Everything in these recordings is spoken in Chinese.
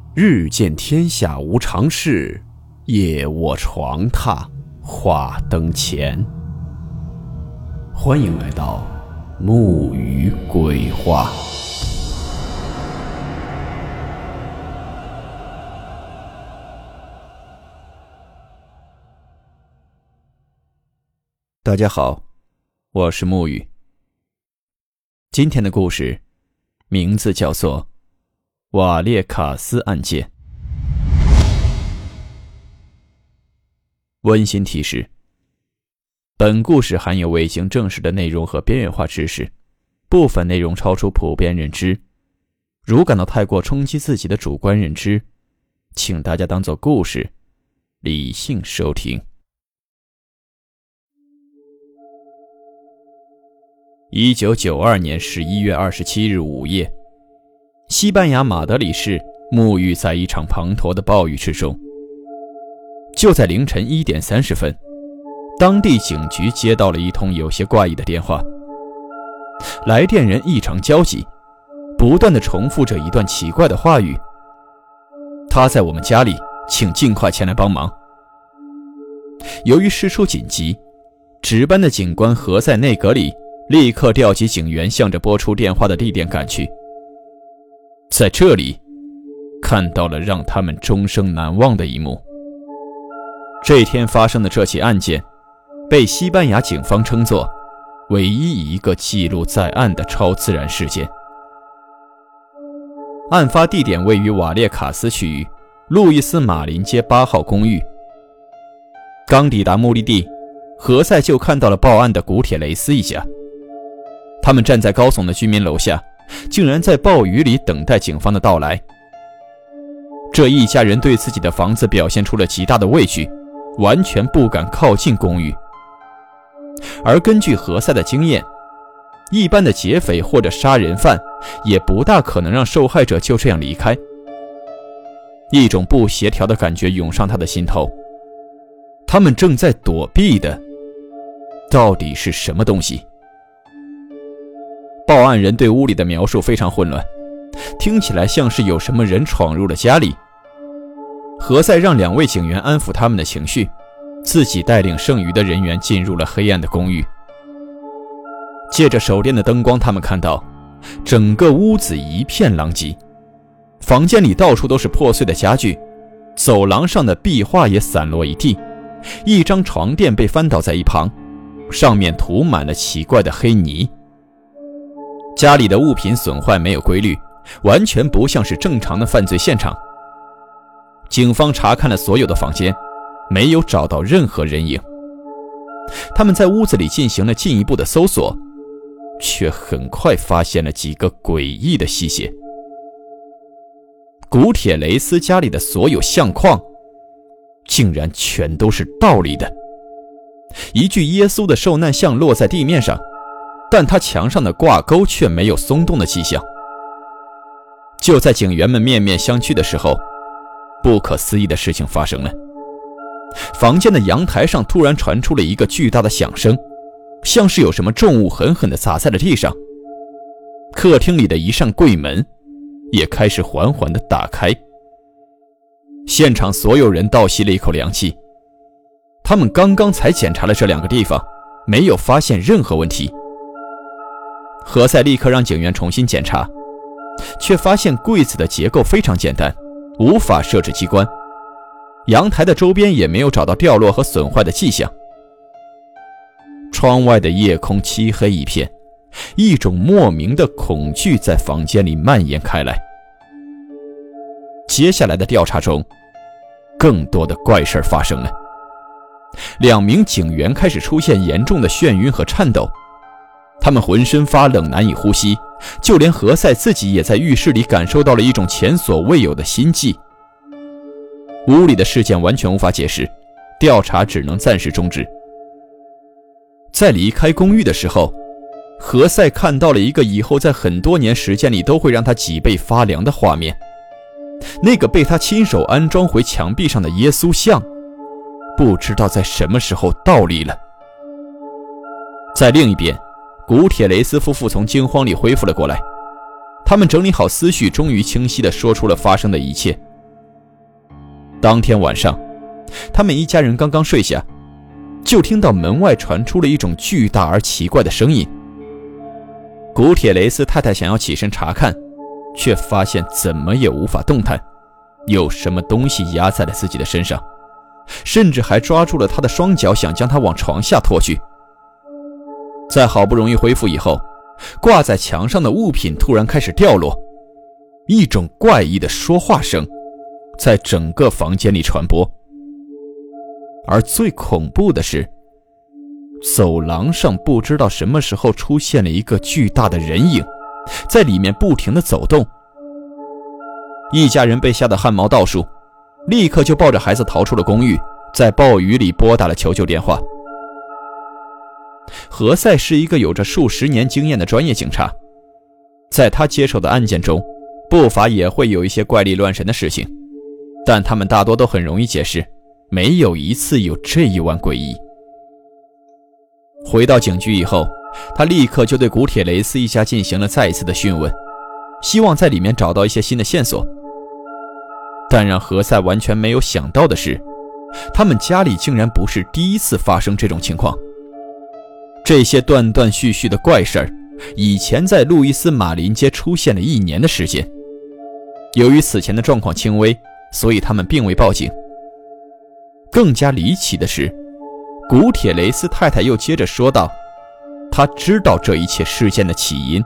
日见天下无常事，夜卧床榻话灯前。欢迎来到木鱼鬼话。大家好，我是木鱼。今天的故事名字叫做瓦列卡斯案件。温馨提示：本故事含有未经证实的内容和边缘化知识，部分内容超出普遍认知。如感到太过冲击自己的主观认知，请大家当作故事，理性收听。1992年11月27日午夜，西班牙马德里市沐浴在一场滂沱的暴雨之中。就在凌晨1点30分，当地警局接到了一通有些怪异的电话。来电人异常焦急，不断地重复着一段奇怪的话语：他在我们家里，请尽快前来帮忙。由于事出紧急，值班的警官何塞内格里立刻调集警员向着拨出电话的地点赶去。在这里看到了让他们终生难忘的一幕。这天发生的这起案件被西班牙警方称作唯一一个记录在案的超自然事件。案发地点位于瓦列卡斯区域路易斯马林街8号公寓。刚抵达目的地，何塞就看到了报案的古铁雷斯一家。他们站在高耸的居民楼下，竟然在暴雨里等待警方的到来。这一家人对自己的房子表现出了极大的畏惧，完全不敢靠近公寓。而根据何塞的经验，一般的劫匪或者杀人犯也不大可能让受害者就这样离开。一种不协调的感觉涌上他的心头，他们正在躲避的到底是什么东西？报案人对屋里的描述非常混乱，听起来像是有什么人闯入了家里。何塞让2位警员安抚他们的情绪，自己带领剩余的人员进入了黑暗的公寓。借着手电的灯光，他们看到整个屋子一片狼藉，房间里到处都是破碎的家具，走廊上的壁画也散落一地，一张床垫被翻倒在一旁，上面涂满了奇怪的黑泥。家里的物品损坏没有规律，完全不像是正常的犯罪现场。警方查看了所有的房间，没有找到任何人影。他们在屋子里进行了进一步的搜索，却很快发现了几个诡异的细节。古铁雷斯家里的所有相框竟然全都是倒立的，一具耶稣的受难像落在地面上，但他墙上的挂钩却没有松动的迹象。就在警员们面面相觑的时候，不可思议的事情发生了。房间的阳台上突然传出了一个巨大的响声，像是有什么重物狠狠地砸在了地上。客厅里的一扇柜门也开始缓缓地打开。现场所有人倒吸了一口凉气，他们刚刚才检查了这2个地方，没有发现任何问题。何塞立刻让警员重新检查，却发现柜子的结构非常简单，无法设置机关。阳台的周边也没有找到掉落和损坏的迹象。窗外的夜空漆黑一片，一种莫名的恐惧在房间里蔓延开来。接下来的调查中，更多的怪事发生了。2名警员开始出现严重的眩晕和颤抖，他们浑身发冷，难以呼吸，就连何塞自己也在浴室里感受到了一种前所未有的心悸。屋里的事件完全无法解释，调查只能暂时终止。在离开公寓的时候，何塞看到了一个以后在很多年时间里都会让他脊背发凉的画面。那个被他亲手安装回墙壁上的耶稣像，不知道在什么时候倒立了。在另一边，古铁雷斯夫妇从惊慌里恢复了过来，他们整理好思绪，终于清晰地说出了发生的一切。 当天晚上，他们一家人刚刚睡下，就听到门外传出了一种巨大而奇怪的声音。古铁雷斯太太想要起身查看，却发现怎么也无法动弹，有什么东西压在了自己的身上，甚至还抓住了他的双脚，想将他往床下拖去。在好不容易恢复以后，挂在墙上的物品突然开始掉落，一种怪异的说话声在整个房间里传播。而最恐怖的是，走廊上不知道什么时候出现了一个巨大的人影，在里面不停地走动。一家人被吓得汗毛倒竖，立刻就抱着孩子逃出了公寓，在暴雨里拨打了求救电话。何塞是一个有着数十年经验的专业警察，在他接手的案件中，不乏也会有一些怪力乱神的事情，但他们大多都很容易解释，没有一次有这一晚诡异。回到警局以后，他立刻就对古铁雷斯一家进行了再一次的讯问，希望在里面找到一些新的线索。但让何塞完全没有想到的是，他们家里竟然不是第一次发生这种情况。这些断断续续的怪事儿，以前在路易斯马林街出现了1年的时间。由于此前的状况轻微，所以他们并未报警。更加离奇的是，古铁雷斯太太又接着说道，她知道这一切事件的起因。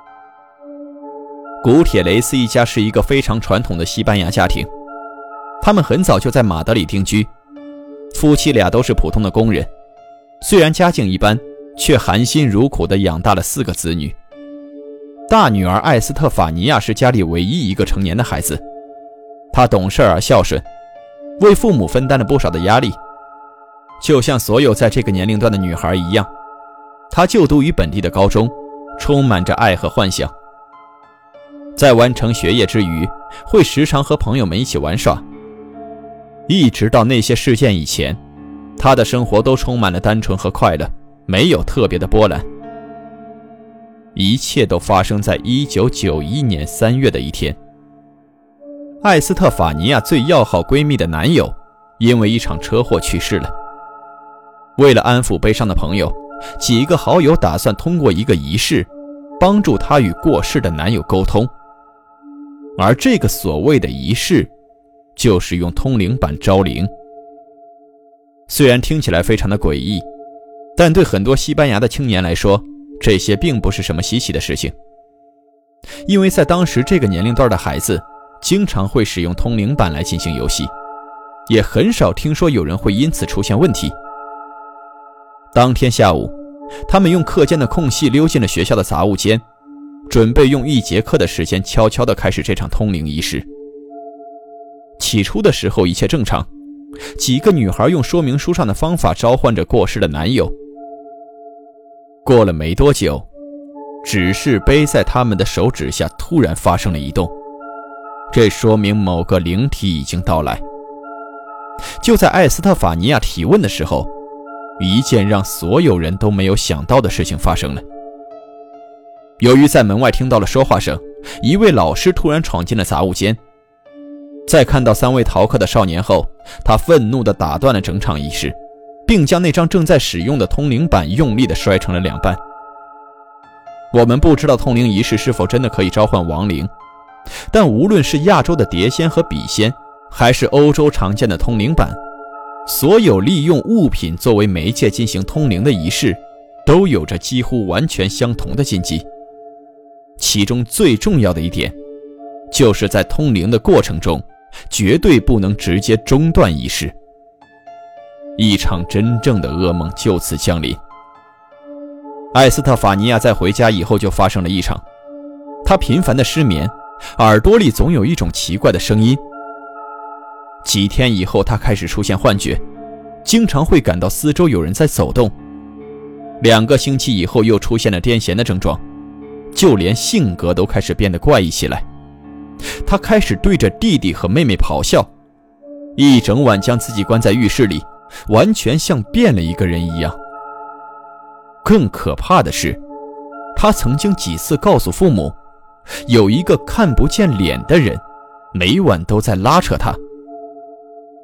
古铁雷斯一家是一个非常传统的西班牙家庭，他们很早就在马德里定居，夫妻俩都是普通的工人，虽然家境一般，却含辛茹苦地养大了4个子女。大女儿艾斯特法尼亚是家里唯一一个成年的孩子，她懂事而孝顺，为父母分担了不少的压力。就像所有在这个年龄段的女孩一样，她就读于本地的高中，充满着爱和幻想。在完成学业之余，会时常和朋友们一起玩耍。一直到那些事件以前，她的生活都充满了单纯和快乐，没有特别的波澜。一切都发生在1991年3月的一天。艾斯特法尼亚最要好闺蜜的男友因为一场车祸去世了。为了安抚悲伤的朋友，几个好友打算通过一个仪式帮助她与过世的男友沟通。而这个所谓的仪式就是用通灵板招灵。虽然听起来非常的诡异，但对很多西班牙的青年来说，这些并不是什么稀奇的事情。因为在当时这个年龄段的孩子经常会使用通灵板来进行游戏，也很少听说有人会因此出现问题。当天下午，他们用课间的空隙溜进了学校的杂物间，准备用1节课的时间悄悄地开始这场通灵仪式。起初的时候一切正常，几个女孩用说明书上的方法召唤着过世的男友。过了没多久，指示碑在他们的手指下突然发生了移动，这说明某个灵体已经到来。就在艾斯特法尼亚提问的时候，一件让所有人都没有想到的事情发生了。由于在门外听到了说话声，一位老师突然闯进了杂物间。在看到3位逃课的少年后，他愤怒地打断了整场仪式，并将那张正在使用的通灵板用力地摔成了2半。我们不知道通灵仪式是否真的可以召唤亡灵，但无论是亚洲的碟仙和笔仙，还是欧洲常见的通灵板，所有利用物品作为媒介进行通灵的仪式，都有着几乎完全相同的禁忌。其中最重要的一点，就是在通灵的过程中，绝对不能直接中断仪式。一场真正的噩梦就此降临。艾斯特法尼亚在回家以后就发生了异常，她频繁的失眠，耳朵里总有一种奇怪的声音。几天以后，她开始出现幻觉，经常会感到四周有人在走动。2个星期以后，又出现了癫痫的症状，就连性格都开始变得怪异起来。她开始对着弟弟和妹妹咆哮，一整晚将自己关在浴室里，完全像变了一个人一样。更可怕的是，她曾经几次告诉父母，有一个看不见脸的人每晚都在拉扯她。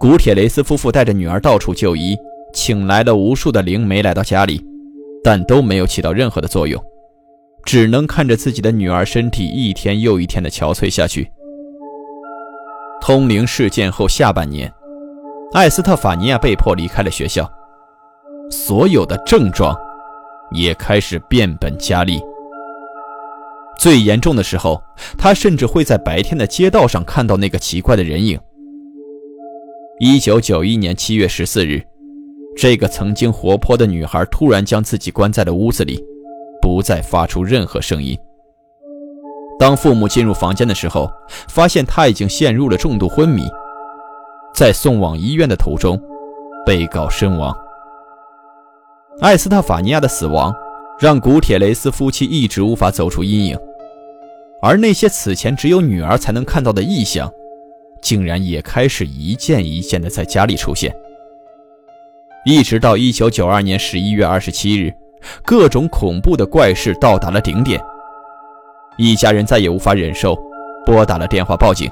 古铁雷斯夫妇带着女儿到处就医，请来了无数的灵媒来到家里，但都没有起到任何的作用，只能看着自己的女儿身体一天又一天的憔悴下去。通灵事件后下半年，艾斯特法尼亚被迫离开了学校，所有的症状也开始变本加厉。最严重的时候，他甚至会在白天的街道上看到那个奇怪的人影。1991年7月14日，这个曾经活泼的女孩突然将自己关在了屋子里，不再发出任何声音。当父母进入房间的时候，发现她已经陷入了重度昏迷，在送往医院的途中被告身亡。艾斯特法尼亚的死亡让古铁雷斯夫妻一直无法走出阴影，而那些此前只有女儿才能看到的异象，竟然也开始一件一件的在家里出现。一直到1992年11月27日，各种恐怖的怪事到达了顶点。一家人再也无法忍受，拨打了电话报警。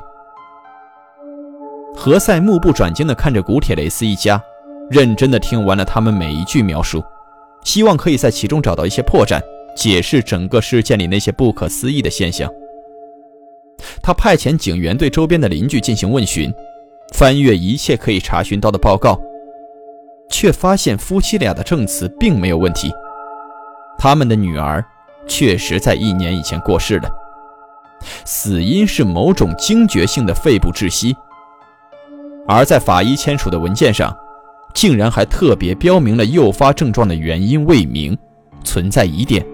何塞目不转睛地看着古铁雷斯一家，认真地听完了他们每一句描述，希望可以在其中找到一些破绽，解释整个事件里那些不可思议的现象。他派遣警员对周边的邻居进行问询，翻阅一切可以查询到的报告，却发现夫妻俩的证词并没有问题。他们的女儿确实在1年以前过世了，死因是某种惊厥性的肺部窒息，而在法医签署的文件上，竟然还特别标明了诱发症状的原因未明，存在疑点。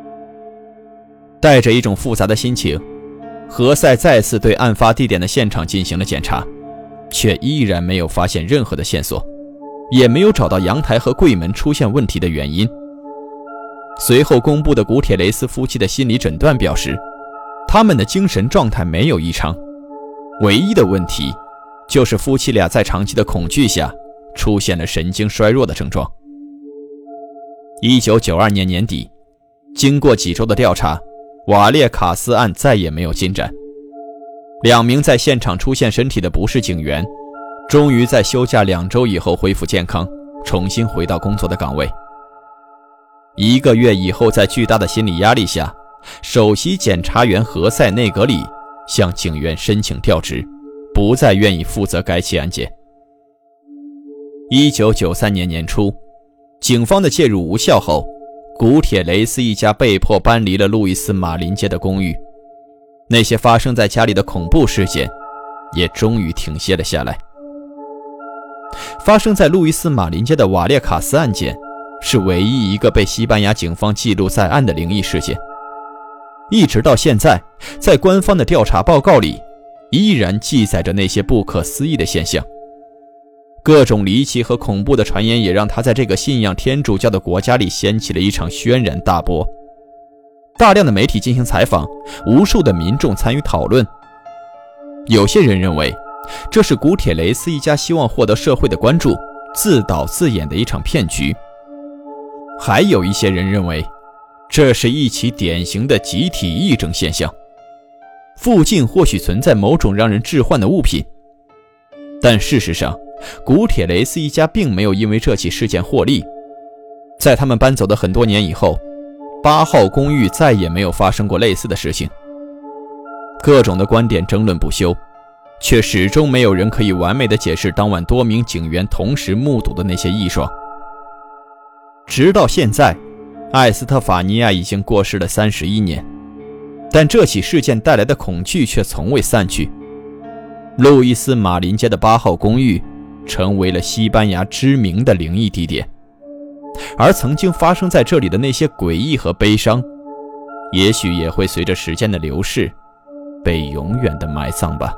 带着一种复杂的心情，何塞再次对案发地点的现场进行了检查，却依然没有发现任何的线索，也没有找到阳台和柜门出现问题的原因。随后公布的古铁雷斯夫妻的心理诊断表示，他们的精神状态没有异常，唯一的问题就是夫妻俩在长期的恐惧下出现了神经衰弱的症状。1992年年底，经过几周的调查，瓦列卡斯案再也没有进展。2名在现场出现身体的不是警员，终于在休假2周以后恢复健康，重新回到工作的岗位。1个月以后，在巨大的心理压力下，首席检察员何塞内格里向警员申请调职，不再愿意负责该起案件。1993年年初，警方的介入无效后，古铁雷斯一家被迫搬离了路易斯马林街的公寓，那些发生在家里的恐怖事件也终于停歇了下来。发生在路易斯马林街的瓦列卡斯案件是唯一一个被西班牙警方记录在案的灵异事件，一直到现在，在官方的调查报告里依然记载着那些不可思议的现象。各种离奇和恐怖的传言也让他在这个信仰天主教的国家里掀起了一场轩然大波。大量的媒体进行采访，无数的民众参与讨论。有些人认为这是古铁雷斯一家希望获得社会的关注，自导自演的一场骗局。还有一些人认为这是一起典型的集体癔症现象，附近或许存在某种让人致幻的物品。但事实上，古铁雷斯一家并没有因为这起事件获利。在他们搬走的很多年以后，8号公寓再也没有发生过类似的事情。各种的观点争论不休，却始终没有人可以完美的解释当晚多名警员同时目睹的那些异状。直到现在，艾斯特法尼亚已经过世了31年，但这起事件带来的恐惧却从未散去。路易斯马林街的8号公寓成为了西班牙知名的灵异地点，而曾经发生在这里的那些诡异和悲伤，也许也会随着时间的流逝被永远的埋葬吧。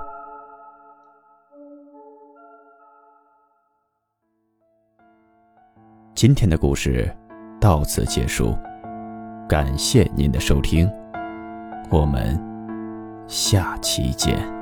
今天的故事到此结束，感谢您的收听，我们下期见。